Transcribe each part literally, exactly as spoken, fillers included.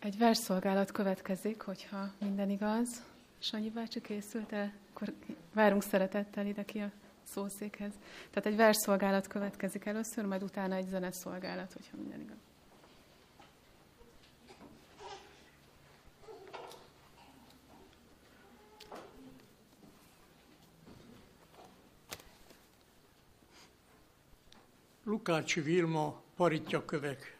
Egy versszolgálat következik, hogyha minden igaz. Sanyi bácsi készült el? Akkor várunk szeretettel ide ki a szószékhez. Tehát egy versszolgálat következik először, majd utána egy zeneszolgálat, hogyha minden igaz. Lukácsi Vilma, Parittyakövek.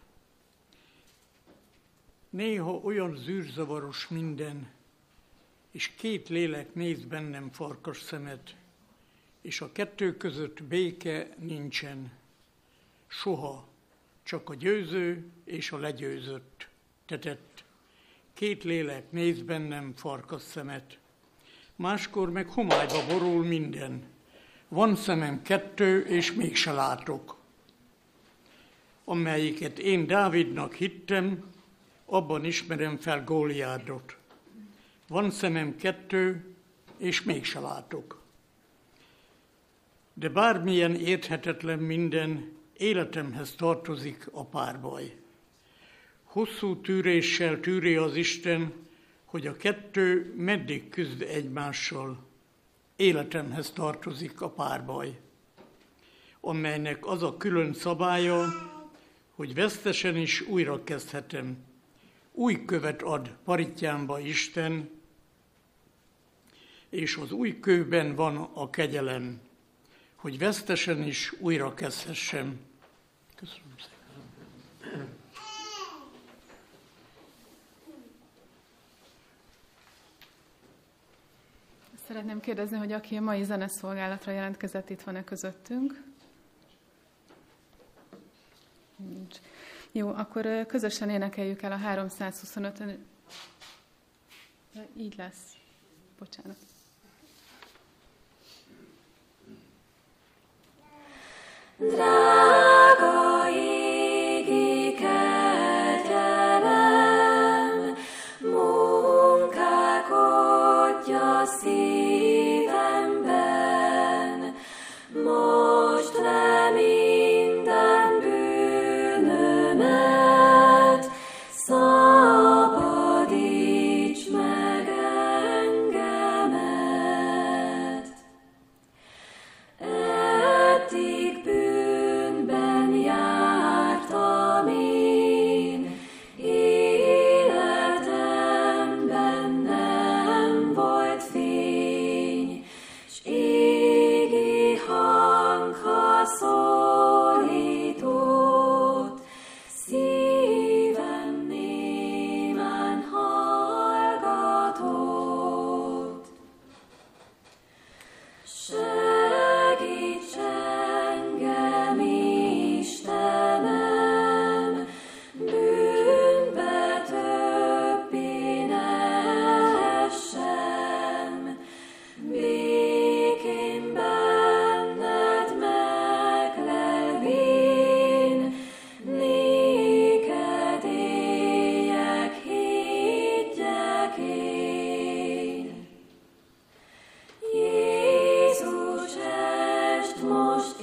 Néha olyan zűrzavaros minden, és két lélek néz bennem farkas szemet, és a kettő között béke nincsen. Soha, csak a győző és a legyőzött tetett. Két lélek néz bennem farkas szemet. Máskor meg homályba borul minden. Van szemem kettő, és mégse látok. Amelyiket én Dávidnak hittem, abban ismerem fel Góliádot. Van szemem kettő, és mégse látok. De bármilyen érthetetlen minden, életemhez tartozik a párbaj. Hosszú tűréssel tűri az Isten, hogy a kettő meddig küzd egymással. Életemhez tartozik a párbaj, amelynek az a külön szabálya, hogy vesztesen is újra kezdhetem. Új követ ad parittyámba Isten, és az új kőben van a kegyelem, hogy vesztesen is újra kezdhessem. Köszönöm szépen. Szeretném kérdezni, hogy aki a mai zeneszolgálatra jelentkezett, itt van-e közöttünk? Nincs. Jó, akkor közösen énekeljük el a háromszázhuszonöt. Így lesz. Bocsánat. Drága égi kegyelem, munkálkodj a szívemben, most le minden bűnömet, szabadíts meg engemet. Eddig bűnben jártam én, életemben nem volt fény, s égi hang, ha szólított, szívem némán hallgatott. Segíts engem, Istenem, bűnbe többé ne essem, békén benned meglelvén, néked éljek, higgyek én. Jézus, est most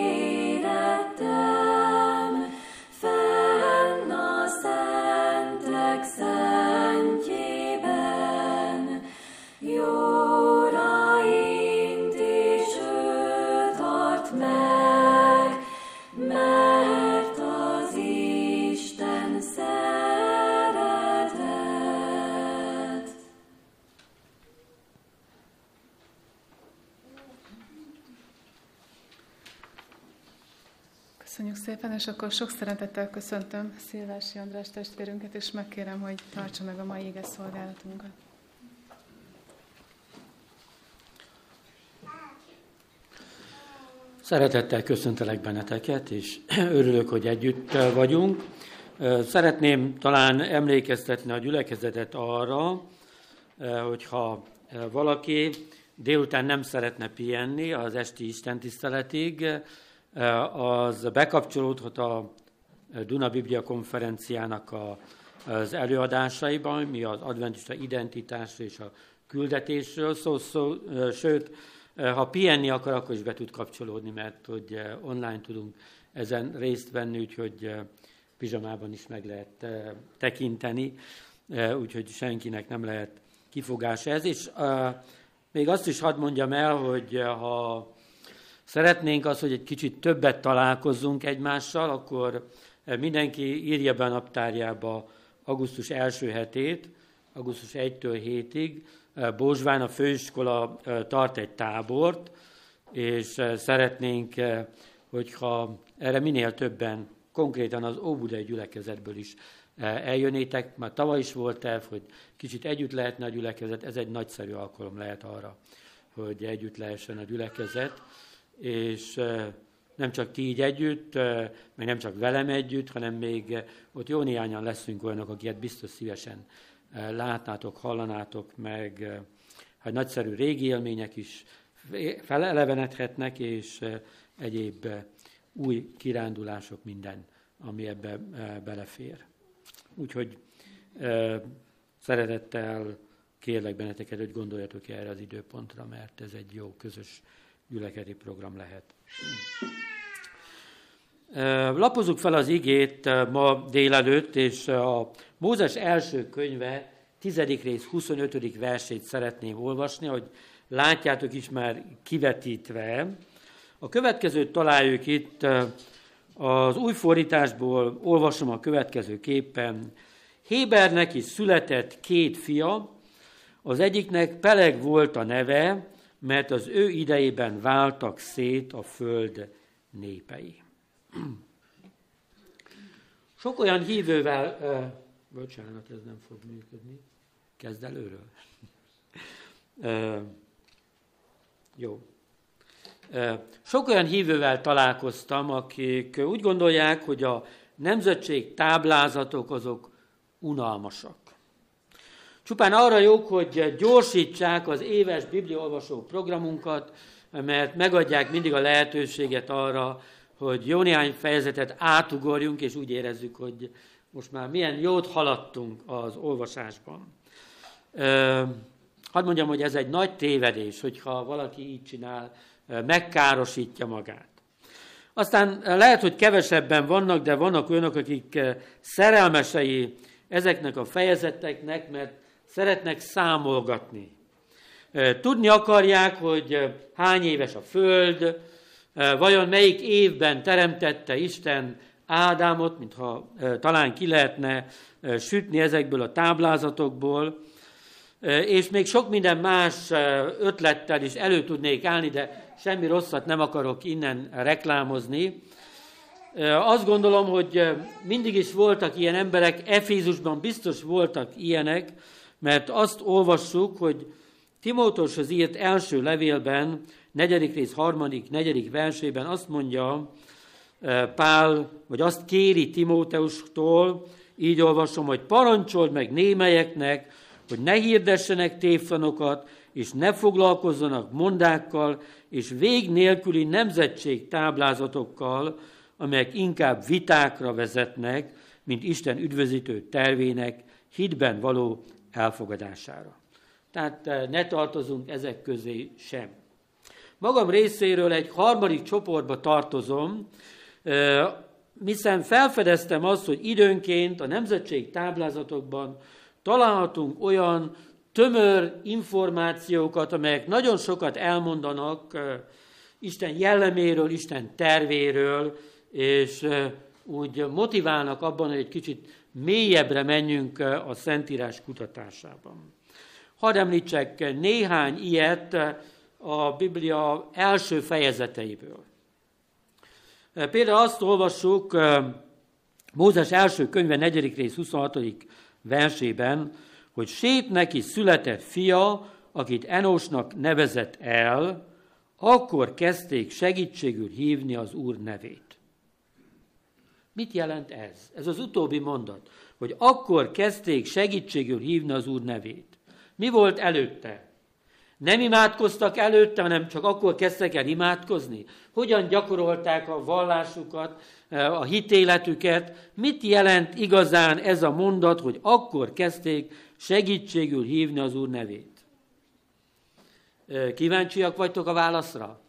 érettem, fenn a szentek szentjében, jóra intés ő tart meg, mert az Isten szeretet. Köszönjük szépen, és akkor sok szeretettel köszöntöm Szilvási András testvérünket, és megkérem, hogy tartsa meg a mai ige szolgálatunkat. Szeretettel köszöntelek benneteket, és örülök, hogy együtt vagyunk. Szeretném talán emlékeztetni a gyülekezetet arra, hogyha valaki délután nem szeretne pihenni az esti istentiszteletig, az bekapcsolódhat a Duna Biblia konferenciának a, az előadásaiban, mi az adventista identitásról és a küldetésről szó, szó, sőt, ha pihenni akar, akkor is be tud kapcsolódni, mert hogy online tudunk ezen részt venni, úgyhogy pizsamában is meg lehet tekinteni. úgyhogy senkinek nem lehet kifogás ez. És uh, még azt is hadd mondjam el, hogy ha szeretnénk azt, hogy egy kicsit többet találkozzunk egymással, akkor mindenki írja be a naptárjába augusztus első hetét, augusztus elsejétől hétig. Bózsván a főiskola tart egy tábort, és szeretnénk, hogyha erre minél többen, konkrétan az óbudai gyülekezetből is eljönnétek. Már tavaly is volt terv, hogy kicsit együtt lehetne a gyülekezet, ez egy nagyszerű alkalom lehet arra, hogy együtt lehessen a gyülekezet, és nem csak ti így együtt, meg nem csak velem együtt, hanem még ott jó néhányan leszünk olyanok, akiket biztos szívesen látnátok, hallanátok, meg hát nagyszerű régi élmények is felelevenedhetnek, és egyéb új kirándulások, minden, ami ebbe belefér. Úgyhogy szeretettel kérlek benneteket, hogy gondoljatok erre az időpontra, mert ez egy jó közös gyülekezeti program lehet. Lapozzuk fel az igét ma délelőtt, és a Mózes első könyve tizedik rész huszonötödik versét szeretném olvasni, hogy látjátok is már kivetítve. A következőt találjuk itt, az új fordításból olvasom a következőképpen. Hébernek is született két fia, az egyiknek Peleg volt a neve, mert az ő idejében váltak szét a föld népei. Sok olyan hívővel, uh, bocsánat, ez nem fog működni, kezd előről. uh, jó. Uh, sok olyan hívővel találkoztam, akik úgy gondolják, hogy a nemzetség táblázatok azok unalmasak. Csupán arra jók, hogy gyorsítsák az éves bibliaolvasó programunkat, mert megadják mindig a lehetőséget arra, hogy jó néhány fejezetet átugorjunk, és úgy érezzük, hogy most már milyen jót haladtunk az olvasásban. Hadd mondjam, hogy ez egy nagy tévedés, hogyha valaki így csinál, megkárosítja magát. Aztán lehet, hogy kevesebben vannak, de vannak olyanok, akik szerelmesei ezeknek a fejezeteknek, mert szeretnek számolgatni. Tudni akarják, hogy hány éves a föld, vajon melyik évben teremtette Isten Ádámot, mintha talán ki lehetne sütni ezekből a táblázatokból, és még sok minden más ötlettel is elő tudnék állni, de semmi rosszat nem akarok innen reklámozni. Azt gondolom, hogy mindig is voltak ilyen emberek, Efézusban biztos voltak ilyenek, mert azt olvassuk, hogy Timóteushoz írt első levélben, negyedik rész harmadik, negyedik versében azt mondja Pál, vagy azt kéri Timóteustól, így olvasom, hogy parancsold meg némelyeknek, hogy ne hirdessenek tévtanokat, és ne foglalkozzanak mondákkal, és vég nélküli nemzetség táblázatokkal, amelyek inkább vitákra vezetnek, mint Isten üdvözítő tervének hitben való elfogadására. Tehát ne tartozunk ezek közé sem. Magam részéről egy harmadik csoportba tartozom, hiszen felfedeztem azt, hogy időnként a nemzetség táblázatokban találhatunk olyan tömör információkat, amelyek nagyon sokat elmondanak Isten jelleméről, Isten tervéről, és úgy motiválnak abban, hogy egy kicsit mélyebbre menjünk a Szentírás kutatásában. Hadd említsek néhány ilyet a Biblia első fejezeteiből. Például azt olvassuk Mózes első könyve negyedik rész huszonhatodik versében, hogy Sétnek is született fia, akit Enósnak nevezett el, akkor kezdték segítségül hívni az Úr nevét. Mit jelent ez? Ez az utóbbi mondat, hogy akkor kezdték segítségül hívni az Úr nevét. Mi volt előtte? Nem imádkoztak előtte, hanem csak akkor kezdtek el imádkozni? Hogyan gyakorolták a vallásukat, a hitéletüket? Mit jelent igazán ez a mondat, hogy akkor kezdték segítségül hívni az Úr nevét? Kíváncsiak vagytok a válaszra?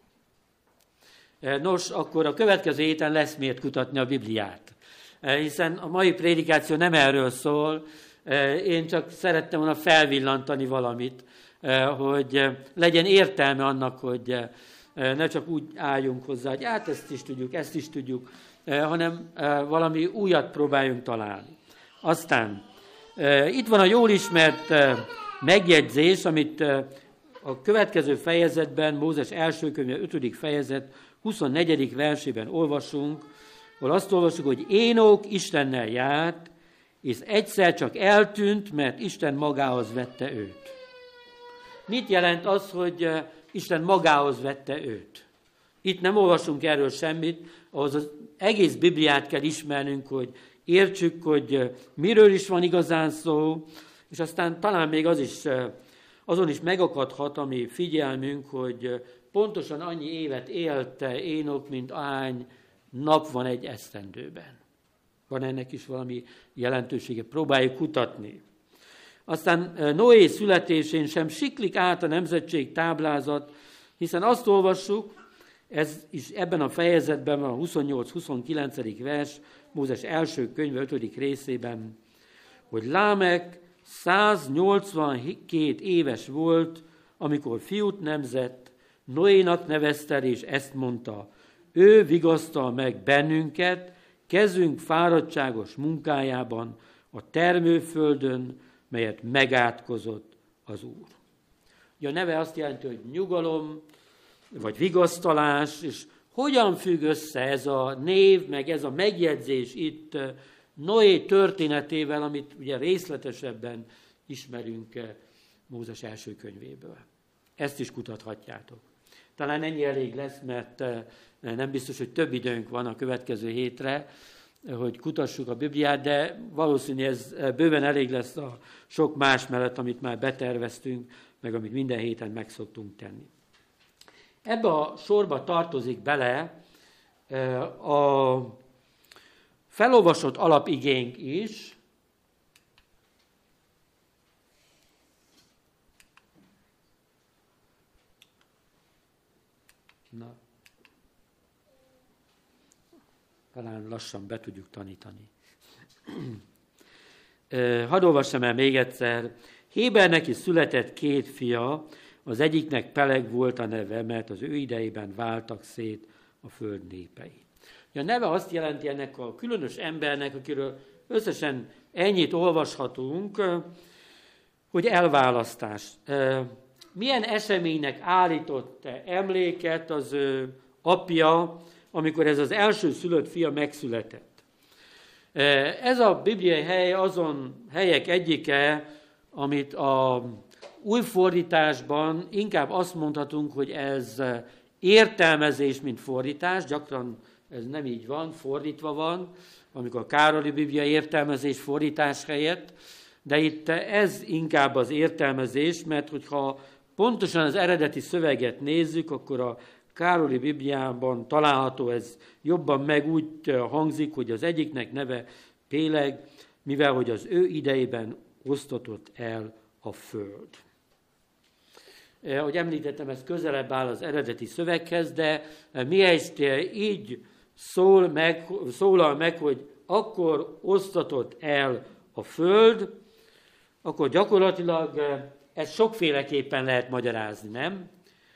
Nos, akkor a következő héten lesz miért kutatni a Bibliát. Hiszen a mai prédikáció nem erről szól, Én csak szerettem volna felvillantani valamit, hogy legyen értelme annak, hogy ne csak úgy álljunk hozzá, hogy hát ezt is tudjuk, ezt is tudjuk, hanem valami újat próbáljunk találni. Aztán itt van a jól ismert megjegyzés, amit a következő fejezetben, Mózes első könyve ötödik fejezet huszonnegyedik versében olvasunk, ahol azt olvasjuk, hogy Énok Istennel járt, és egyszer csak eltűnt, mert Isten magához vette őt. Mit jelent az, hogy Isten magához vette őt? Itt nem olvasunk erről semmit, ahhoz az egész Bibliát kell ismernünk, hogy értsük, hogy miről is van igazán szó, és aztán talán még az is, azon is megakadhat a mi figyelmünk, hogy pontosan annyi évet élte Énok, mint ahány nap van egy esztendőben. Van ennek is valami jelentősége, próbáljuk kutatni. Aztán Noé születésén sem siklik át a nemzetség táblázat, hiszen azt olvassuk, ez is ebben a fejezetben van a huszonnyolc-huszonkilencedik vers, Mózes első könyve ötödik részében, hogy Lámek száznyolcvankét éves volt, amikor fiút nemzett, Noénak nevezte, és ezt mondta, ő vigasztal meg bennünket, kezünk fáradtságos munkájában, a termőföldön, melyet megátkozott az Úr. Ugye a neve azt jelenti, hogy nyugalom, vagy vigasztalás, és hogyan függ össze ez a név, meg ez a megjegyzés itt Noé történetével, amit ugye részletesebben ismerünk Mózes első könyvéből. Ezt is kutathatjátok. Talán ennyi elég lesz, mert nem biztos, hogy több időnk van a következő hétre, hogy kutassuk a Bibliát, de valószínű ez bőven elég lesz a sok más mellett, amit már beterveztünk, meg amit minden héten meg szoktunk tenni. Ebbe a sorba tartozik bele a felolvasott alapigénk is, na, talán lassan be tudjuk tanítani. Hadd olvassam el még egyszer. Hébernek is született két fia, az egyiknek Peleg volt a neve, mert az ő idejében váltak szét a föld népei. A neve azt jelenti ennek a különös embernek, akiről összesen ennyit olvashatunk, hogy elválasztás. Milyen eseménynek állított emléket az ő apja, amikor ez az első szülött fia megszületett. Ez a bibliai hely azon helyek egyike, amit a új fordításban inkább azt mondhatunk, hogy ez értelmezés, mint fordítás, gyakran ez nem így van, fordítva van, amikor a Károli Biblia értelmezés fordítás helyett, de itt ez inkább az értelmezés, mert hogyha pontosan az eredeti szöveget nézzük, akkor a Károli Bibliában található, ez jobban meg úgy hangzik, hogy az egyiknek neve Péleg, mivel hogy az ő idejében osztatott el a föld. Ahogy említettem, ez közelebb áll az eredeti szöveghez, de mihelyest így szól meg, szólal meg, hogy akkor osztatott el a föld, akkor gyakorlatilag ezt sokféleképpen lehet magyarázni, nem?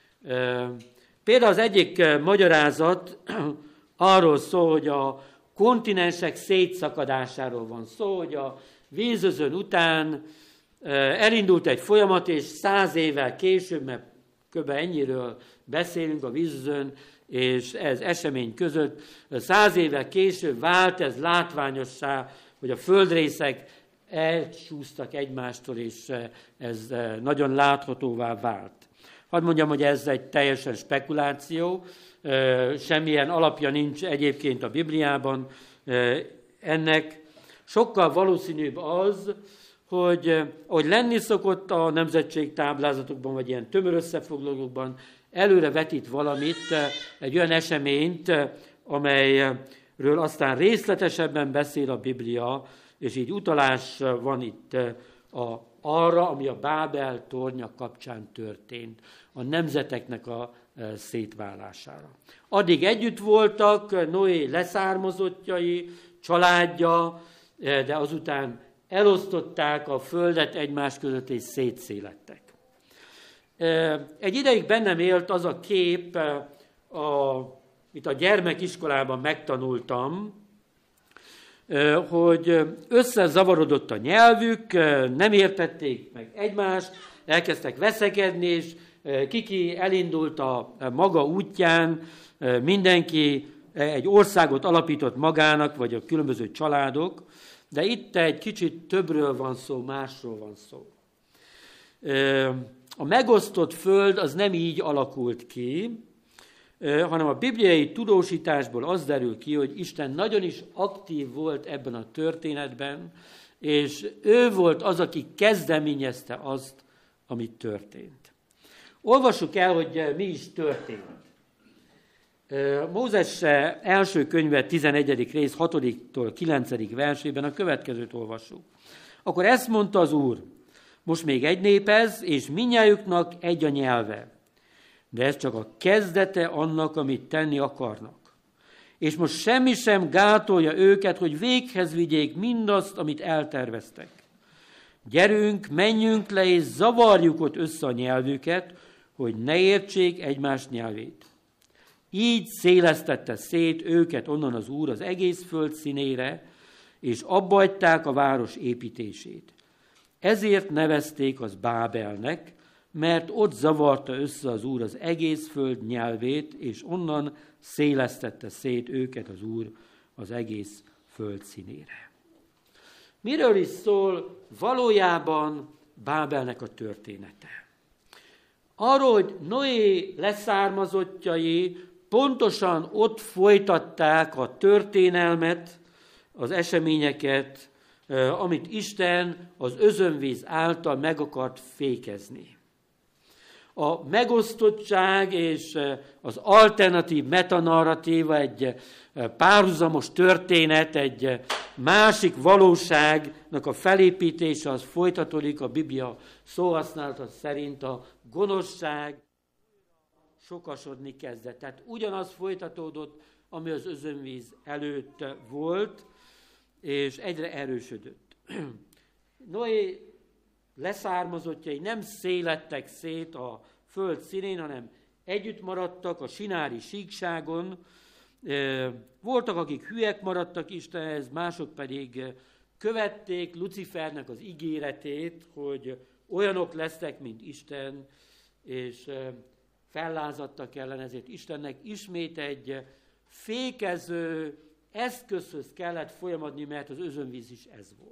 Például az egyik magyarázat arról szól, hogy a kontinensek szétszakadásáról van szó, hogy a vízözön után elindult egy folyamat, és száz évvel később, mert kb. Ennyiről beszélünk a vízözön, és ez esemény között, száz évvel később vált ez látványossá, hogy a földrészek elcsúsztak egymástól, és ez nagyon láthatóvá vált. Hadd mondjam, hogy ez egy teljesen spekuláció, semmilyen alapja nincs egyébként a Bibliában ennek. Sokkal valószínűbb az, hogy ahogy lenni szokott a nemzetség táblázatokban, vagy ilyen tömör összefoglalókban, előre vetít valamit, egy olyan eseményt, amelyről aztán részletesebben beszél a Biblia, és így utalás van itt a, arra, ami a Bábel tornya kapcsán történt, a nemzeteknek a szétválására. Addig együtt voltak Noé leszármazottjai, családja, de azután elosztották a földet egymás között, és szétszélettek. Egy ideig bennem élt az a kép, amit a gyermekiskolában megtanultam, hogy összezavarodott a nyelvük, nem értették meg egymást, elkezdtek veszekedni, és kiki elindult a maga útján, mindenki egy országot alapított magának, vagy a különböző családok, de itt egy kicsit többről van szó, másról van szó. A megosztott föld az nem így alakult ki, hanem a bibliai tudósításból az derül ki, hogy Isten nagyon is aktív volt ebben a történetben, és ő volt az, aki kezdeményezte azt, amit történt. Olvassuk el, hogy mi is történt. Mózes első könyve tizenegyedik rész hatodiktól kilencedik versében a következőt olvassuk. Akkor ezt mondta az Úr: most még egy nép ez, és mindnyájuknak egy a nyelve. De ez csak a kezdete annak, amit tenni akarnak. És most semmi sem gátolja őket, hogy véghez vigyék mindazt, amit elterveztek. Gyerünk, menjünk le, és zavarjuk ott össze a nyelvüket, hogy ne értsék egymás nyelvét. Így szélesztette szét őket onnan az Úr az egész föld színére, és abbahagyták a város építését. Ezért nevezték az Bábelnek, mert ott zavarta össze az Úr az egész föld nyelvét, és onnan szélesztette szét őket az Úr az egész föld színére. Miről is szól valójában Bábelnek a története? Arról, hogy Noé leszármazottjai pontosan ott folytatták a történelmet, az eseményeket, amit Isten az özönvíz által meg akart fékezni. A megosztottság és az alternatív metanarratíva egy párhuzamos történet, egy másik valóságnak a felépítése, az folytatódik a Biblia szóhasználata szerint, a gonoszság sokasodni kezdett. Tehát ugyanaz folytatódott, ami az özönvíz előtt volt, és egyre erősödött. Noé leszármazottjai nem szélettek szét a föld színén, hanem együtt maradtak a sinári síkságon. Voltak, akik hülyek maradtak Istenhez, mások pedig követték Lucifernek az ígéretét, hogy olyanok lesznek, mint Isten, és fellázadtak ellen, ezért Istennek ismét egy fékező eszközhöz kellett folyamadni, mert az özönvíz is ez volt.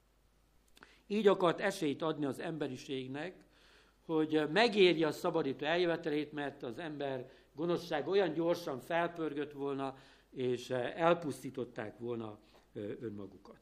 Így akart esélyt adni az emberiségnek, hogy megérje a szabadító eljövetelét, mert az ember gonoszság olyan gyorsan felpörgött volna, és elpusztították volna önmagukat.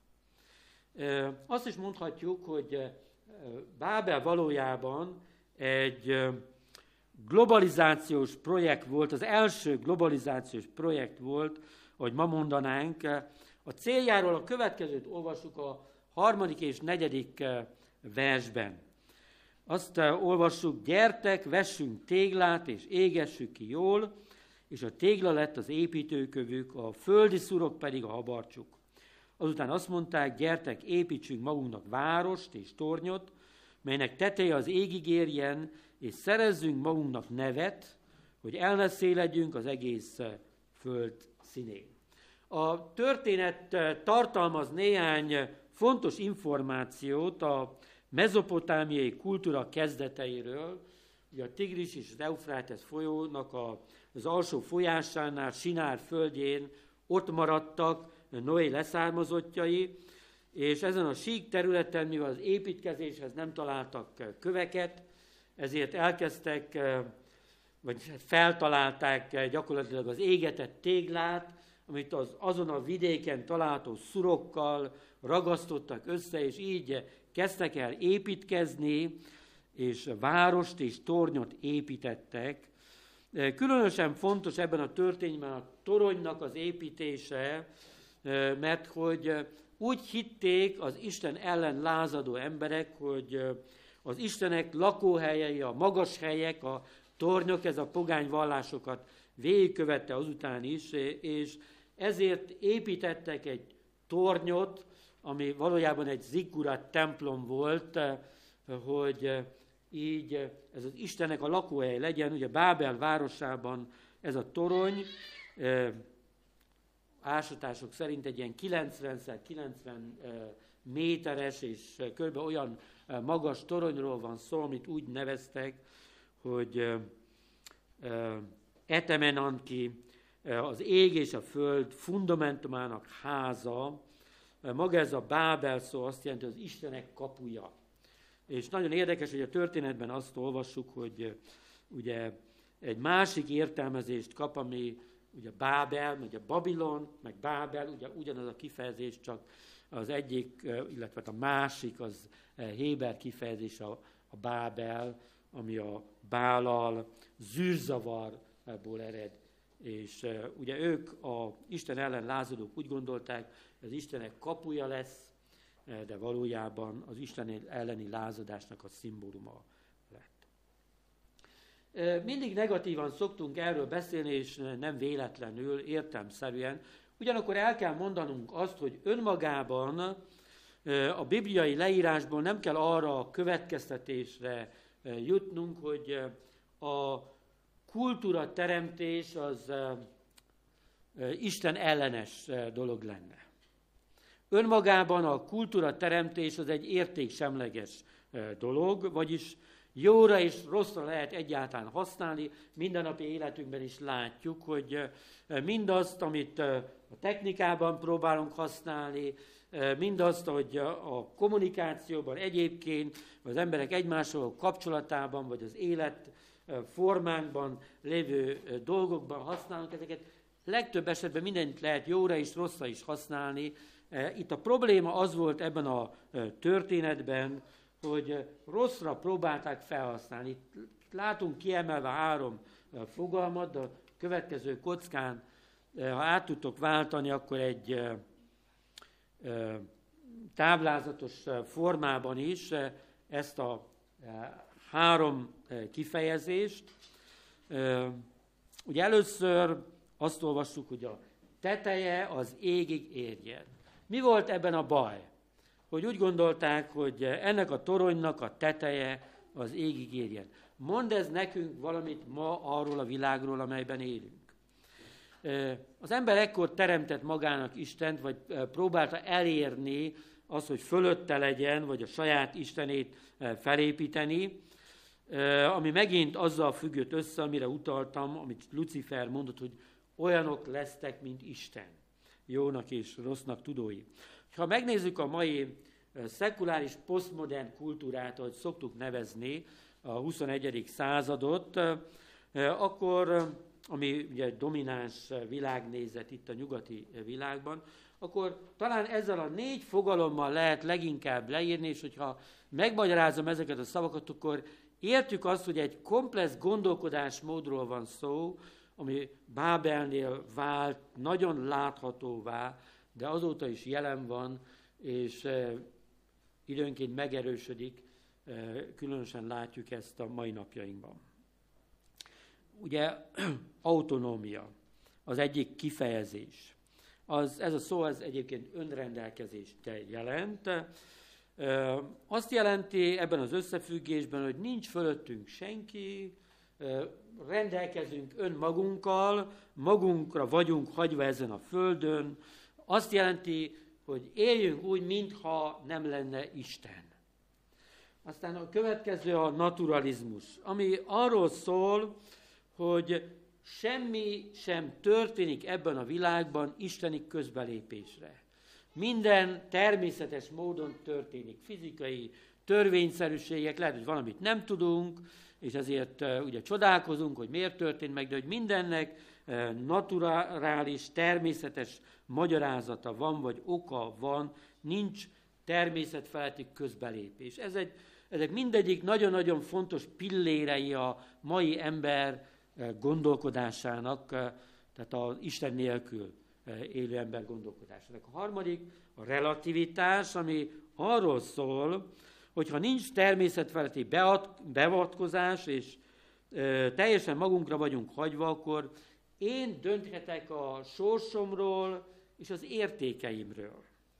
Azt is mondhatjuk, hogy Bábel valójában egy globalizációs projekt volt, az első globalizációs projekt volt, ahogy ma mondanánk. A céljáról a következőt olvassuk a harmadik és negyedik versben. Azt olvassuk: gyertek, vessünk téglát, és égessük ki jól, és a tégla lett az építőkövük, a földi szurok pedig a habarcsuk. Azután azt mondták: gyertek, építsünk magunknak várost és tornyot, melynek teteje az égig érjen, és szerezzünk magunknak nevet, hogy el ne széledjünk az egész föld színén. A történet tartalmaz néhány fontos információt a mezopotámiai kultúra kezdeteiről. Ugye a Tigris és az Eufrátesz folyónak az alsó folyásánál, Sinár földjén ott maradtak Noé leszármazottjai, és ezen a sík területen, mivel az építkezéshez nem találtak köveket, ezért elkezdtek, vagy feltalálták gyakorlatilag az égetett téglát, amit az azon a vidéken található szurokkal ragasztottak össze, és így kezdtek el építkezni, és várost és tornyot építettek. Különösen fontos ebben a történetben a toronynak az építése, mert hogy úgy hitték az Isten ellen lázadó emberek, hogy az Istenek lakóhelyei, a magas helyek, a tornyok, ez a pogány vallásokat végigkövette azután is, és ezért építettek egy tornyot, ami valójában egy zikkurat templom volt, hogy így ez az Istennek a lakóhely legyen. Ugye Bábel városában ez a torony, ásatások szerint egy ilyen kilencven kilencven méteres és körülbelül olyan magas toronyról van szó, amit úgy neveztek, hogy Etemenanki, az ég és a föld fundamentumának háza. Maga ez a Bábel szó azt jelenti, hogy az Istenek kapuja. És nagyon érdekes, hogy a történetben azt olvassuk, hogy ugye egy másik értelmezést kap, ami ugye Bábel, ugye Babilon, meg Bábel, ugye ugyanaz a kifejezés, csak az egyik, illetve a másik, az héber kifejezés a, a Bábel, ami a Bálal, zűrzavarból ered. És ugye ők a Isten ellen lázadók úgy gondolták, hogy az Istenek kapuja lesz, de valójában az Isten elleni lázadásnak a szimbóluma lett. Mindig negatívan szoktunk erről beszélni, és nem véletlenül, értelemszerűen. Ugyanakkor el kell mondanunk azt, hogy önmagában a bibliai leírásból nem kell arra a következtetésre jutnunk, hogy a kultúra teremtés az Isten ellenes dolog lenne. Önmagában a kultúra teremtés az egy értéksemleges dolog, vagyis jóra és rosszra lehet egyáltalán használni. Mindennapi életünkben is látjuk, hogy mindazt, amit a technikában próbálunk használni, mindazt, hogy a kommunikációban egyébként, az emberek egymással kapcsolatában, vagy az élet formánkban lévő dolgokban használunk ezeket, legtöbb esetben mindent lehet jóra és rosszra is használni. Itt a probléma az volt ebben a történetben, hogy rosszra próbálták felhasználni. Itt látunk kiemelve három fogalmat, de a következő kockán, ha át tudtok váltani, akkor egy táblázatos formában is ezt a három kifejezést. Ugye először azt olvassuk, hogy a teteje az égig érjen. Mi volt ebben a baj? Hogy úgy gondolták, hogy ennek a toronynak a teteje az égig érjen. Mondd ez nekünk valamit ma arról a világról, amelyben élünk. Az ember ekkor teremtett magának Istent, vagy próbálta elérni az, hogy fölötte legyen, vagy a saját istenét felépíteni, ami megint azzal függött össze, amire utaltam, amit Lucifer mondott, hogy olyanok lesztek, mint Isten, jónak és rossznak tudói. Ha megnézzük a mai szekuláris, posztmodern kultúrát, ahogy szoktuk nevezni, a huszonegyedik századot, akkor, ami ugye domináns világnézet itt a nyugati világban, akkor talán ezzel a négy fogalommal lehet leginkább leírni, és hogyha megmagyarázom ezeket a szavakat, akkor értjük azt, hogy egy komplex gondolkodásmódról van szó, ami Bábelnél vált nagyon láthatóvá, de azóta is jelen van, és e, időnként megerősödik, e, különösen látjuk ezt a mai napjainkban. Ugye autonómia az egyik kifejezés. Az, ez a szó ez egyébként önrendelkezést jelent. E, azt jelenti ebben az összefüggésben, hogy nincs fölöttünk senki, rendelkezünk önmagunkkal, magunkra vagyunk hagyva ezen a földön. Azt jelenti, hogy éljünk úgy, mintha nem lenne Isten. Aztán a következő a naturalizmus, ami arról szól, hogy semmi sem történik ebben a világban isteni közbelépésre. Minden természetes módon történik, fizikai törvényszerűségek, lehet, hogy valamit nem tudunk, és ezért uh, ugye csodálkozunk, hogy miért történt meg, de hogy mindennek uh, naturális, természetes magyarázata van, vagy oka van, nincs természetfeletti közbelépés. Ez egy, ezek mindegyik nagyon-nagyon fontos pillérei a mai ember uh, gondolkodásának, uh, tehát az Isten nélkül uh, élő ember gondolkodásának. A harmadik a relativitás, ami arról szól, hogyha nincs természetfeletti beavatkozás, és ö, teljesen magunkra vagyunk hagyva, akkor én dönthetek a sorsomról és az értékeimről.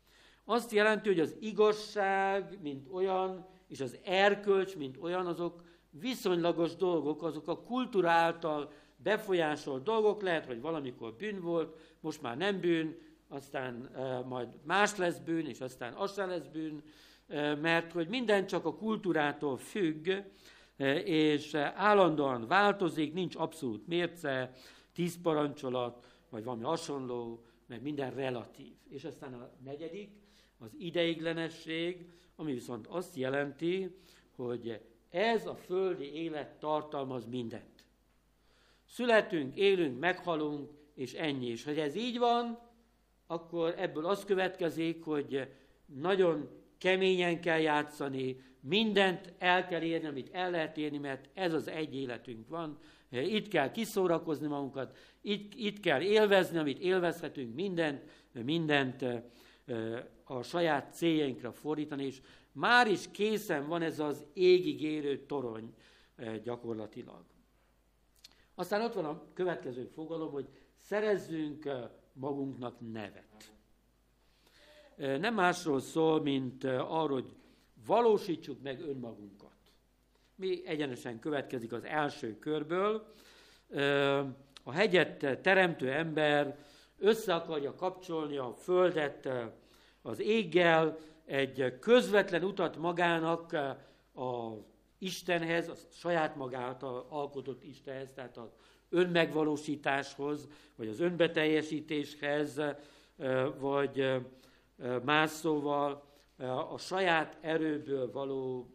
Azt jelenti, hogy az igazság, mint olyan, és az erkölcs, mint olyan, azok viszonylagos dolgok, azok a kultúra által befolyásolt dolgok, lehet, hogy valamikor bűn volt, most már nem bűn, aztán e, majd más lesz bűn, és aztán az sem lesz bűn, e, mert hogy minden csak a kultúrától függ, e, és állandóan változik, nincs abszolút mérce, tíz parancsolat, vagy valami hasonló, mert minden relatív. És aztán a negyedik, az ideiglenesség, ami viszont azt jelenti, hogy ez a földi élet tartalmaz mindent. Születünk, élünk, meghalunk, és ennyi. És ha ez így van, akkor ebből az következik, hogy nagyon keményen kell játszani, mindent el kell érni, amit el lehet érni, mert ez az egy életünk van. Itt kell kiszórakozni magunkat, itt, itt kell élvezni, amit élvezhetünk, mindent, mindent a saját céljainkra fordítani, és már is készen van ez az égig érő torony gyakorlatilag. Aztán ott van a következő fogalom, hogy szerezzünk magunknak nevet. Nem másról szól, mint arról, hogy valósítsuk meg önmagunkat. Mi egyenesen következik az első körből. A hegyet teremtő ember össze akarja kapcsolni a földet az éggel, egy közvetlen utat magának az Istenhez, a saját magától alkotott Istenhez, tehát az önmegvalósításhoz, vagy az önbeteljesítéshez, vagy más szóval a saját erőből való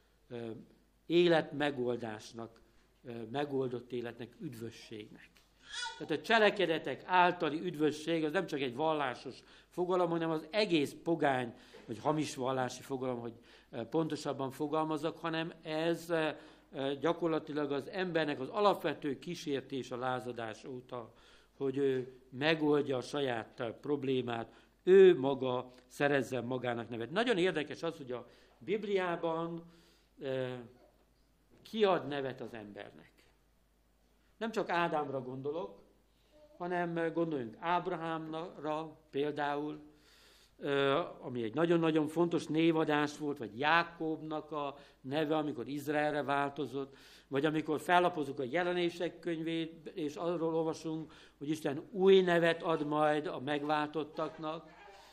életmegoldásnak, megoldott életnek, üdvösségnek. Tehát a cselekedetek általi üdvösség az nem csak egy vallásos fogalom, hanem az egész pogány, vagy hamis vallási fogalom, hogy pontosabban fogalmazok, hanem ez gyakorlatilag az embernek az alapvető kísértés a lázadás óta, hogy ő megoldja a saját problémát, ő maga szerezzen magának nevet. Nagyon érdekes az, hogy a Bibliában kiad nevet az embernek. Nem csak Ádámra gondolok, hanem gondoljunk Ábrahámra például, ami egy nagyon-nagyon fontos névadás volt, vagy Jákóbnak a neve, amikor Izraelre változott, vagy amikor fellapozunk a Jelenések könyvét, és arról olvasunk, hogy Isten új nevet ad majd a megváltottaknak.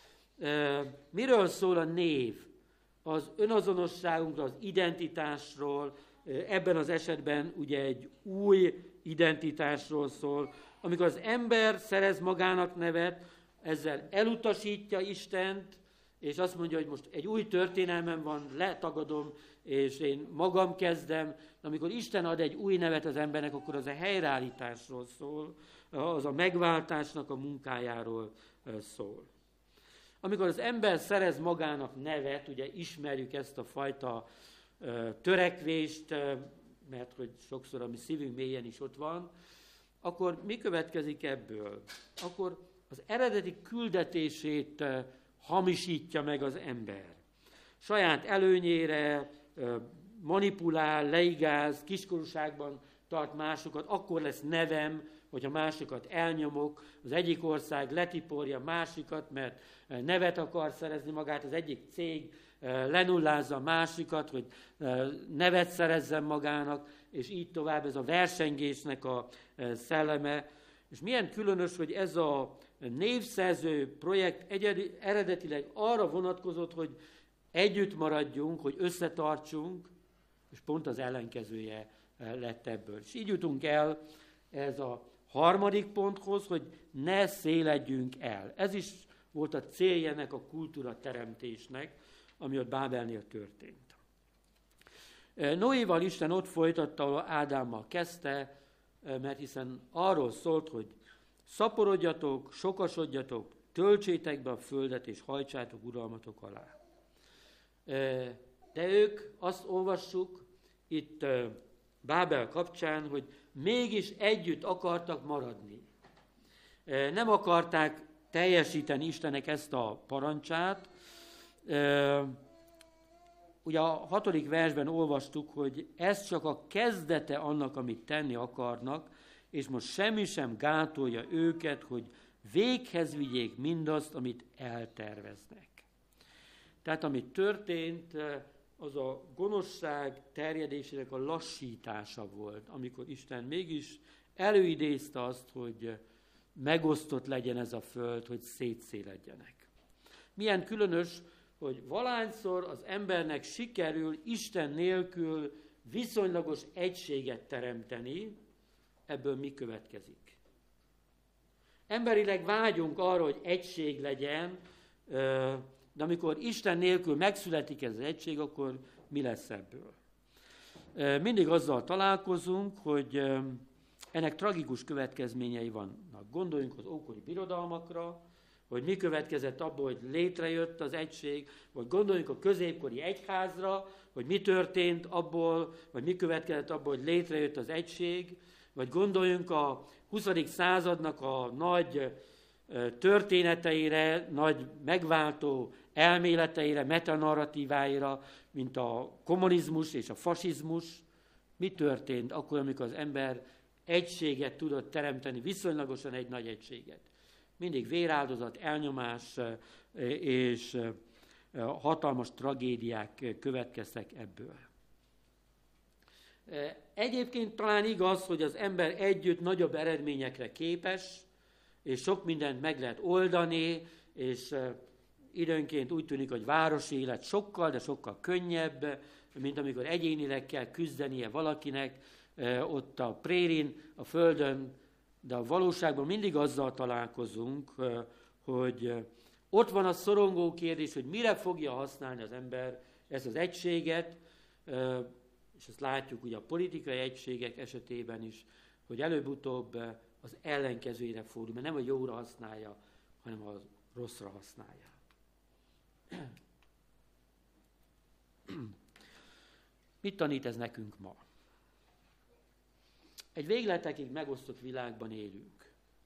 Miről szól a név? Az önazonosságunkról, az identitásról, ebben az esetben ugye egy új identitásról szól. Amikor az ember szerez magának nevet, ezzel elutasítja Istent, és azt mondja, hogy most egy új történelmem van, letagadom, és én magam kezdem. Amikor Isten ad egy új nevet az embernek, akkor az a helyreállításról szól, az a megváltásnak a munkájáról szól. Amikor az ember szerez magának nevet, ugye ismerjük ezt a fajta törekvést, mert hogy sokszor a mi szívünk mélyen is ott van, akkor mi következik ebből? Akkor az eredeti küldetését hamisítja meg az ember. Saját előnyére manipulál, leigáz, kiskorúságban tart másokat, akkor lesz nevem, hogyha másokat elnyomok, az egyik ország letiporja másikat, mert nevet akar szerezni magát, az egyik cég lenullázza a másikat, hogy nevet szerezzen magának, és így tovább, ez a versengésnek a szelleme. És milyen különös, hogy ez a névszerző projekt egyedi, eredetileg arra vonatkozott, hogy együtt maradjunk, hogy összetartsunk, és pont az ellenkezője lett ebből. És így jutunk el ez a harmadik ponthoz, hogy ne széledjünk el. Ez is volt a célja ennek a kultúra teremtésnek, ami ott Bábelnél történt. Noéval Isten ott folytatta, ahol Ádámmal kezdte, mert hiszen arról szólt, hogy szaporodjatok, sokasodjatok, töltsétek be a földet, és hajtsátok uralmatok alá. De ők azt olvassuk itt Bábel kapcsán, hogy mégis együtt akartak maradni. Nem akarták teljesíteni Istennek ezt a parancsát. Ugye a hatodik versben olvastuk, hogy ez csak a kezdete annak, amit tenni akarnak, és most semmi sem gátolja őket, hogy véghez vigyék mindazt, amit elterveznek. Tehát ami történt, az a gonoszság terjedésének a lassítása volt, amikor Isten mégis előidézte azt, hogy megosztott legyen ez a föld, hogy szétszéledjenek. Milyen különös, hogy valahányszor az embernek sikerül Isten nélkül viszonylagos egységet teremteni, ebből mi következik? Emberileg vágyunk arra, hogy egység legyen, de amikor Isten nélkül megszületik ez az egység, akkor mi lesz ebből? Mindig azzal találkozunk, hogy ennek tragikus következményei vannak. Gondoljunk az ókori birodalmakra, hogy mi következett abból, hogy létrejött az egység, vagy gondoljunk a középkori egyházra, hogy mi történt abból, vagy mi következett abból, hogy létrejött az egység, vagy gondoljunk a huszadik századnak a nagy történeteire, nagy megváltó elméleteire, metanarratíváira, mint a kommunizmus és a fasizmus. Mi történt akkor, amikor az ember egységet tudott teremteni, viszonylagosan egy nagy egységet? Mindig véráldozat, elnyomás és hatalmas tragédiák következtek ebből. Egyébként talán igaz, hogy az ember együtt nagyobb eredményekre képes, és sok mindent meg lehet oldani, és időnként úgy tűnik, hogy városi élet sokkal, de sokkal könnyebb, mint amikor egyénileg kell küzdenie valakinek ott a prérin, a földön, de a valóságban mindig azzal találkozunk, hogy ott van a szorongó kérdés, hogy mire fogja használni az ember ezt az egységet, és ezt látjuk ugye a politikai egységek esetében is, hogy előbb-utóbb az ellenkezőjére fordul, mert nem a jóra használja, hanem a rosszra használja. Mit tanít ez nekünk ma? Egy végletekig megosztott világban élünk.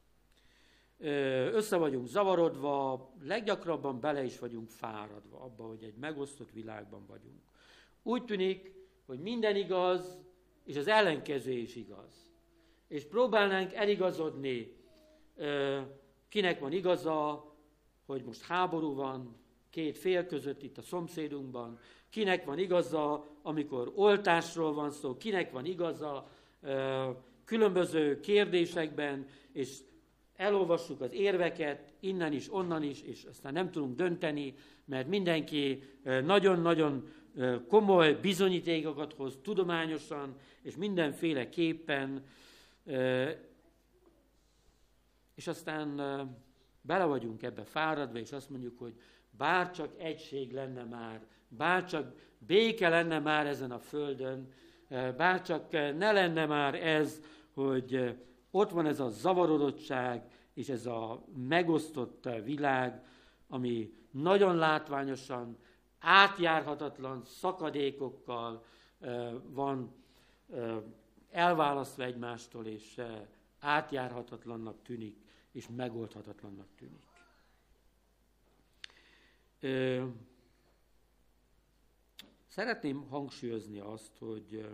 Össze vagyunk zavarodva, leggyakrabban bele is vagyunk fáradva abba, hogy egy megosztott világban vagyunk. Úgy tűnik, hogy minden igaz, és az ellenkező is igaz. És próbálnánk eligazodni, kinek van igaza, hogy most háború van két fél között itt a szomszédunkban, kinek van igaza, amikor oltásról van szó, kinek van igaza különböző kérdésekben, és elolvassuk az érveket innen is, onnan is, és aztán nem tudunk dönteni, mert mindenki nagyon-nagyon komoly bizonyítékokat hoz tudományosan, és mindenféleképpen, és aztán bele vagyunk ebbe fáradva, és azt mondjuk, hogy bárcsak egység lenne már, bárcsak béke lenne már ezen a földön, bárcsak ne lenne már ez, hogy ott van ez a zavarodottság, és ez a megosztott világ, ami nagyon látványosan, átjárhatatlan szakadékokkal van elválasztva egymástól, és átjárhatatlannak tűnik, és megoldhatatlannak tűnik. Szeretném hangsúlyozni azt, hogy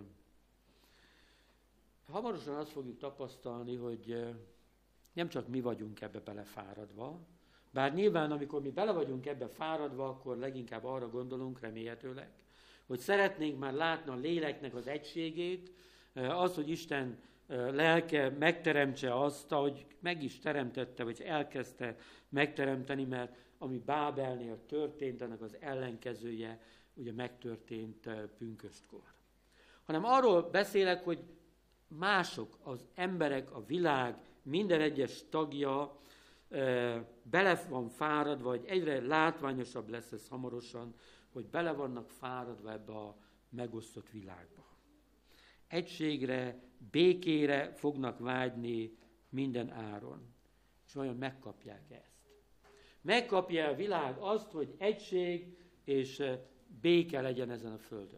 hamarosan azt fogjuk tapasztalni, hogy nem csak mi vagyunk ebbe belefáradva, bár nyilván, amikor mi bele vagyunk ebbe fáradva, akkor leginkább arra gondolunk, remélhetőleg, hogy szeretnénk már látni a léleknek az egységét, az, hogy Isten lelke megteremtse azt, ahogy meg is teremtette, vagy elkezdte megteremteni, mert ami Bábelnél történt, annak az ellenkezője ugye megtörtént pünköstkor. Hanem arról beszélek, hogy mások, az emberek, a világ, minden egyes tagja e, bele van fáradva, vagy egyre látványosabb lesz ez hamarosan, hogy bele vannak fáradva ebbe a megosztott világba. Egységre, békére fognak vágyni minden áron. És vajon megkapják ezt? Megkapja a világ azt, hogy egység és béke legyen ezen a földön.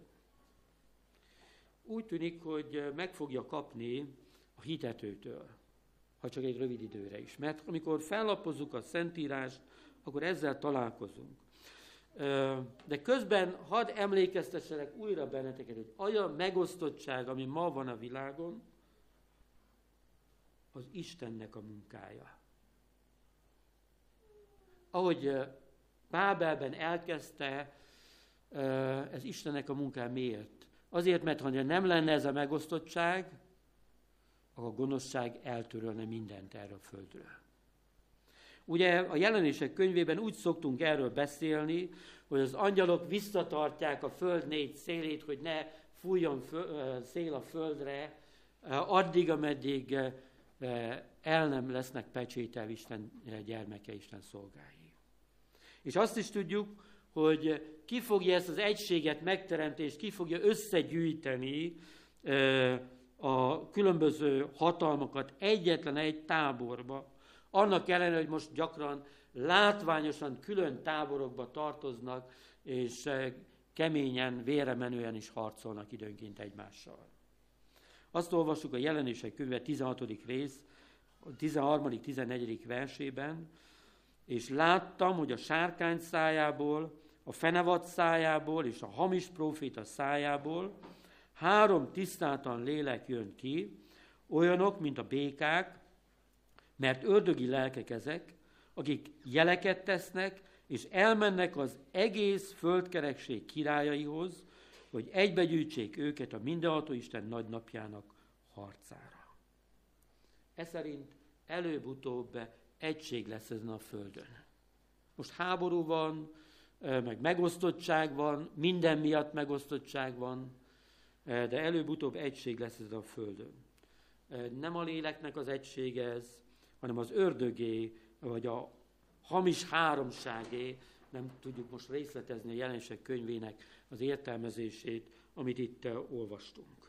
Úgy tűnik, hogy meg fogja kapni a hitetőtől, ha csak egy rövid időre is. Mert amikor fellapozzuk a Szentírást, akkor ezzel találkozunk. De közben hadd emlékeztessenek újra benneteket, hogy olyan megosztottság, ami ma van a világon, az Istennek a munkája. Ahogy Bábelben elkezdte, ez Istennek a munkája. Miért? Azért, mert ha nem lenne ez a megosztottság, akkor a gonoszság eltörölne mindent erről a földről. Ugye a Jelenések könyvében úgy szoktunk erről beszélni, hogy az angyalok visszatartják a föld négy szélét, hogy ne fújjon szél a földre, addig, ameddig el nem lesznek pecsételve Isten gyermeke, Isten szolgái. És azt is tudjuk, hogy ki fogja ezt az egységet megteremteni, és ki fogja összegyűjteni a különböző hatalmakat egyetlen egy táborba. Annak ellenére, hogy most gyakran látványosan külön táborokba tartoznak, és keményen, véremenően is harcolnak időnként egymással. Azt olvassuk a Jelenések könyve tizenhatodik rész, tizenharmadik tizennegyedik versében, és láttam, hogy a sárkány szájából, a fenevad szájából és a hamis próféta szájából három tisztátalan lélek jön ki, olyanok, mint a békák, mert ördögi lelkek ezek, akik jeleket tesznek, és elmennek az egész földkerekség királyaihoz, hogy egybegyűjtsék őket a mindenható Isten nagynapjának harcára. Ez szerint előbb-utóbb egység lesz ezen a földön. Most háború van, meg megosztottság van, minden miatt megosztottság van, de előbb-utóbb egység lesz ezen a földön. Nem a léleknek az egysége ez, hanem az ördögé, vagy a hamis háromságé, nem tudjuk most részletezni a Jelenések könyvének az értelmezését, amit itt olvastunk.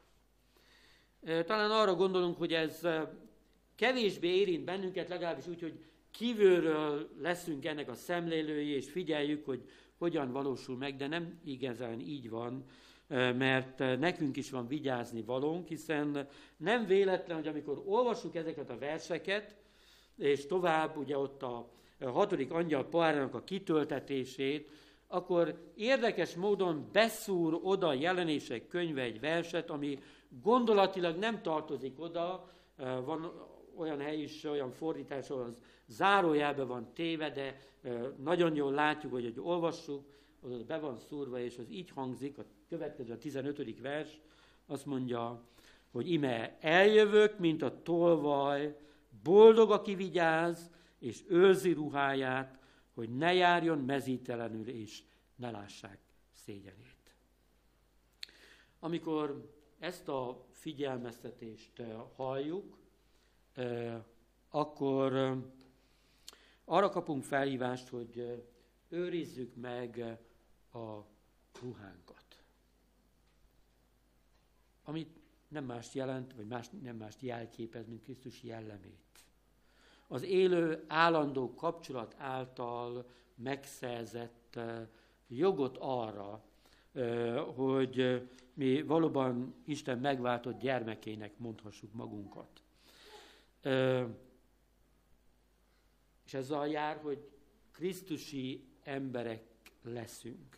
Talán arra gondolunk, hogy ez kevésbé érint bennünket, legalábbis úgy, hogy kívülről leszünk ennek a szemlélői, és figyeljük, hogy hogyan valósul meg, de nem igazán így van, mert nekünk is van vigyázni valónk, hiszen nem véletlen, hogy amikor olvassuk ezeket a verseket, és tovább ugye ott a hatodik angyal pohárának a kitöltetését, akkor érdekes módon beszúr oda a Jelenések könyve egy verset, ami gondolatilag nem tartozik oda, van olyan hely is, olyan fordítás, ahol az zárójelbe van téve, de nagyon jól látjuk, hogy, hogy olvassuk, az be van szúrva, és az így hangzik, a következő a tizenötödik vers, azt mondja, hogy ime eljövök, mint a tolvaj, boldog, aki vigyáz, és őrzi ruháját, hogy ne járjon mezítelenül, és ne lássák szégyenét. Amikor ezt a figyelmeztetést halljuk, akkor arra kapunk felhívást, hogy őrizzük meg a ruhánkat. Amit nem mást jelent, vagy más, nem mást jelképez, mint Krisztus jellemét. Az élő, állandó kapcsolat által megszerzett jogot arra, hogy mi valóban Isten megváltott gyermekének mondhassuk magunkat. És ezzel jár, hogy krisztusi emberek leszünk.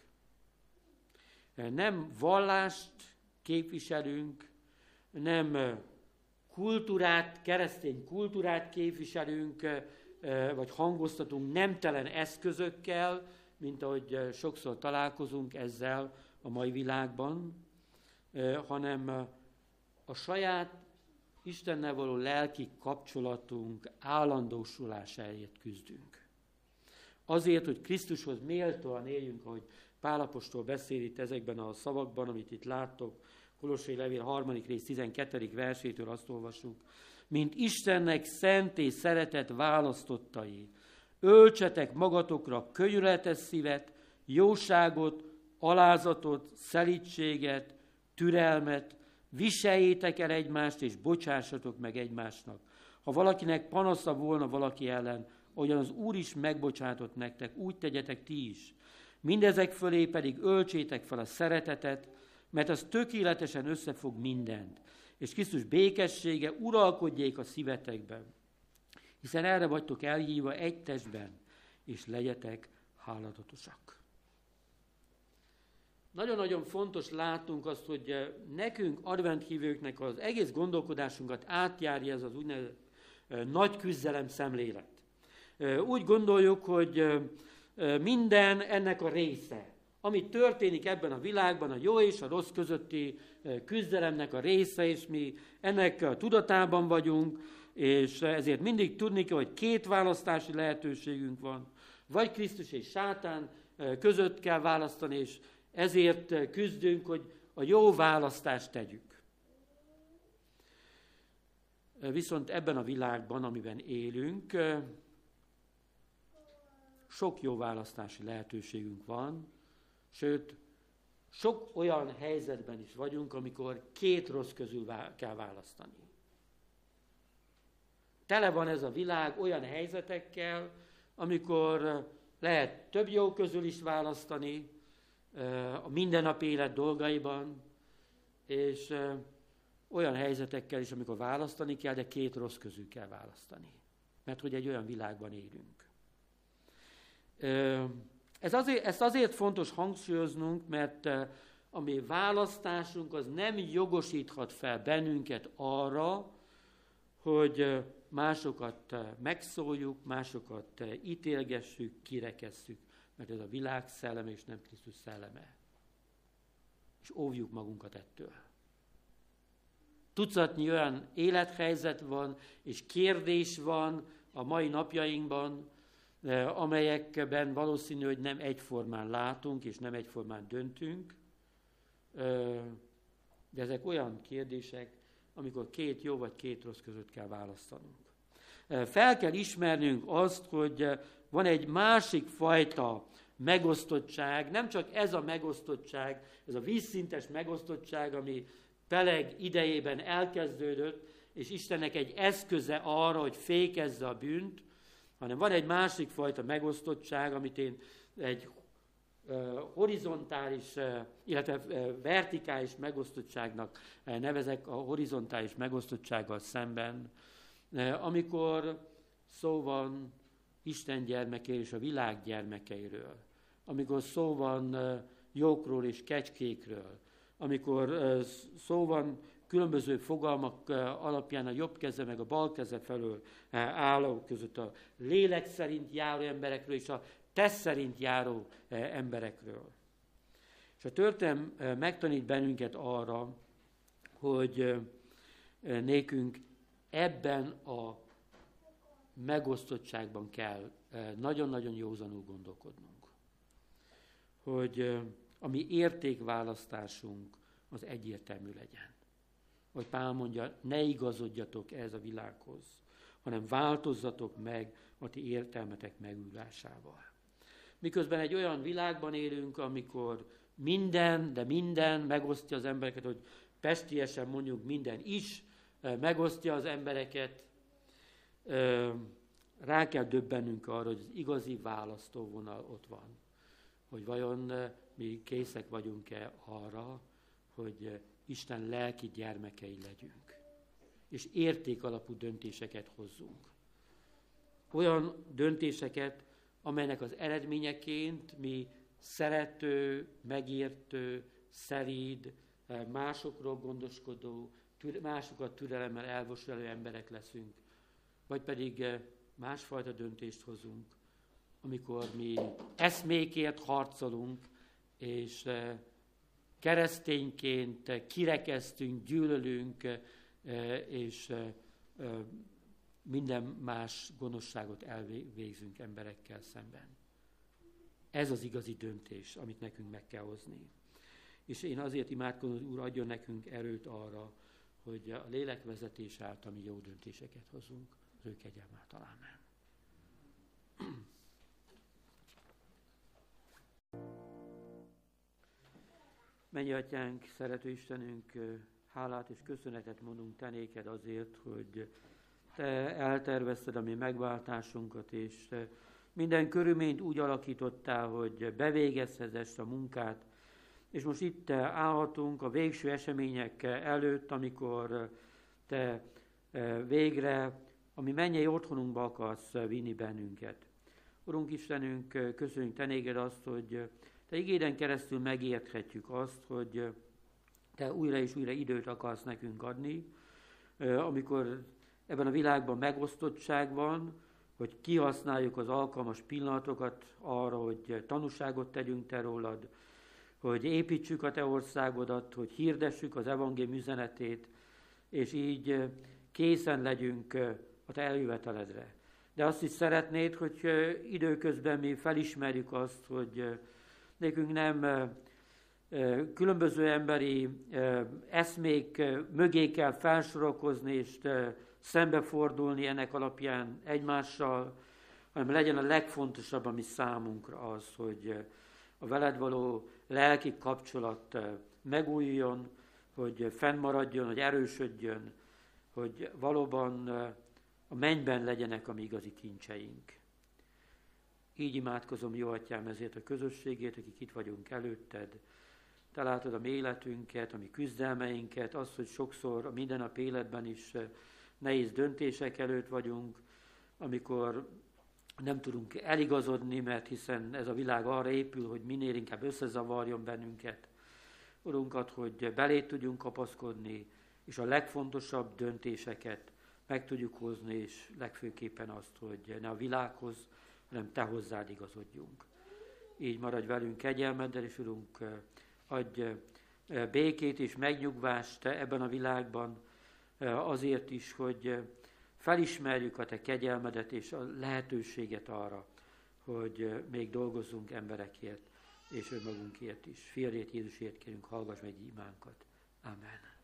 Nem vallást képviselünk, nem kultúrát, keresztény kultúrát képviselünk, vagy hangoztatunk nemtelen eszközökkel, mint ahogy sokszor találkozunk ezzel a mai világban, hanem a saját Istennel való lelki kapcsolatunk állandósulásáért küzdünk. Azért, hogy Krisztushoz méltóan éljünk, ahogy Pál apostol beszél itt ezekben a szavakban, amit itt láttok, Kolossai levél harmadik rész tizenkettedik versétől azt olvassuk, mint Istennek szent és szeretett választottai, öltsetek magatokra könnyületes szívet, jóságot, alázatot, szelídséget, türelmet, viseljétek el egymást, és bocsássatok meg egymásnak. Ha valakinek panasza volna valaki ellen, ahogyan az Úr is megbocsátott nektek, úgy tegyetek ti is. Mindezek fölé pedig öltsétek fel a szeretetet, mert az tökéletesen összefog mindent, és Krisztus békessége uralkodjék a szívetekben. Hiszen erre vagytok elhívva egy testben, és legyetek háládatosak. Nagyon-nagyon fontos látnunk azt, hogy nekünk, adventhívőknek az egész gondolkodásunkat átjárja ez az úgynevezett nagy küzdelem szemlélet. Úgy gondoljuk, hogy minden ennek a része. Ami történik ebben a világban, a jó és a rossz közötti küzdelemnek a része, és mi ennek a tudatában vagyunk, és ezért mindig tudni kell, hogy két választási lehetőségünk van. Vagy Krisztus és sátán között kell választani, és ezért küzdünk, hogy a jó választást tegyük. Viszont ebben a világban, amiben élünk, sok jó választási lehetőségünk van, sőt, sok olyan helyzetben is vagyunk, amikor két rossz közül kell választani. Tele van ez a világ olyan helyzetekkel, amikor lehet több jó közül is választani a mindennapi élet dolgaiban, és olyan helyzetekkel is, amikor választani kell, de két rossz közül kell választani. Mert hogy egy olyan világban élünk. Ez azért, ezt azért fontos hangsúlyoznunk, mert a mi választásunk az nem jogosíthat fel bennünket arra, hogy másokat megszóljuk, másokat ítélgessük, kirekesszük, mert ez a világ szelleme és nem Krisztus szelleme. És óvjuk magunkat ettől. Tucatnyi olyan élethelyzet van, és kérdés van a mai napjainkban, amelyekben valószínű, hogy nem egyformán látunk, és nem egyformán döntünk, de ezek olyan kérdések, amikor két jó vagy két rossz között kell választanunk. Fel kell ismernünk azt, hogy van egy másik fajta megosztottság, nem csak ez a megosztottság, ez a vízszintes megosztottság, ami Peleg idejében elkezdődött, és Istennek egy eszköze arra, hogy fékezze a bűnt, hanem van egy másik fajta megosztottság, amit én egy uh, horizontális, uh, illetve uh, vertikális megosztottságnak uh, nevezek a horizontális megosztottsággal szemben, uh, amikor szó van Isten gyermekeiről és a világ gyermekeiről, amikor szó van uh, jókról és kecskékről, amikor uh, szó van különböző fogalmak alapján a jobb keze meg a bal keze felől álló között a lélek szerint járó emberekről és a test szerint járó emberekről. És a történelem megtanít bennünket arra, hogy nékünk ebben a megosztottságban kell nagyon-nagyon józanul gondolkodnunk. Hogy a mi értékválasztásunk az egyértelmű legyen. Hogy Pál mondja, ne igazodjatok ez a világhoz, hanem változzatok meg a ti értelmetek megújulásával. Miközben egy olyan világban élünk, amikor minden, de minden megosztja az embereket, hogy pestiesen mondjuk minden is megosztja az embereket, rá kell döbbennünk arra, hogy az igazi választóvonal ott van. Hogy vajon mi készek vagyunk-e arra, hogy Isten lelki gyermekei legyünk, és értékalapú döntéseket hozzunk. Olyan döntéseket, amelynek az eredményeként mi szerető, megértő, szelíd, másokról gondoskodó, másokat türelemmel elviselő emberek leszünk, vagy pedig másfajta döntést hozunk, amikor mi eszmékért harcolunk, és keresztényként kirekeztünk, gyűlölünk, és minden más gonoszságot elvégzünk emberekkel szemben. Ez az igazi döntés, amit nekünk meg kell hozni. És én azért imádkozom, hogy Úr adjon nekünk erőt arra, hogy a lélek vezetés által mi jó döntéseket hozunk, az ő kegyelme által. Ámen. Mennyi atyánk, szerető Istenünk, hálát és köszönetet mondunk te néked azért, hogy te eltervezted a mi megváltásunkat, és te minden körülményt úgy alakítottál, hogy bevégezhez ezt a munkát, és most itt állhatunk a végső események előtt, amikor te végre a mi mennyei otthonunkba akarsz vinni bennünket. Urunk Istenünk, köszönjük te néged azt, hogy te igéden keresztül megérthetjük azt, hogy te újra és újra időt akarsz nekünk adni, amikor ebben a világban megosztottság van, hogy kihasználjuk az alkalmas pillanatokat arra, hogy tanúságot tegyünk Te rólad, hogy építsük a Te országodat, hogy hirdessük az evangélium üzenetét, és így készen legyünk a Te eljöveteledre. De azt is szeretnéd, hogy időközben mi felismerjük azt, hogy nekünk nem különböző emberi eszmék mögé kell felsorokozni és szembefordulni ennek alapján egymással, hanem legyen a legfontosabb, ami számunkra az, hogy a veled való lelki kapcsolat megújuljon, hogy fennmaradjon, hogy erősödjön, hogy valóban a mennyben legyenek a mi igazi kincseink. Így imádkozom, jó Atyám, ezért a közösségét, akik itt vagyunk előtted. Te látod a mi életünket, a mi küzdelmeinket, azt, hogy sokszor a mindennap életben is nehéz döntések előtt vagyunk, amikor nem tudunk eligazodni, mert hiszen ez a világ arra épül, hogy minél inkább összezavarjon bennünket. Urunkat, hogy belét tudjunk kapaszkodni, és a legfontosabb döntéseket meg tudjuk hozni, és legfőképpen azt, hogy ne a világhoz, hanem Te hozzád igazodjunk. Így maradj velünk kegyelmeddel, és Urunk, adj békét és megnyugvást ebben a világban, azért is, hogy felismerjük a Te kegyelmedet és a lehetőséget arra, hogy még dolgozzunk emberekért, és önmagunkért is. Fiadért, Jézusért kérünk, hallgass meg imánkat. Amen.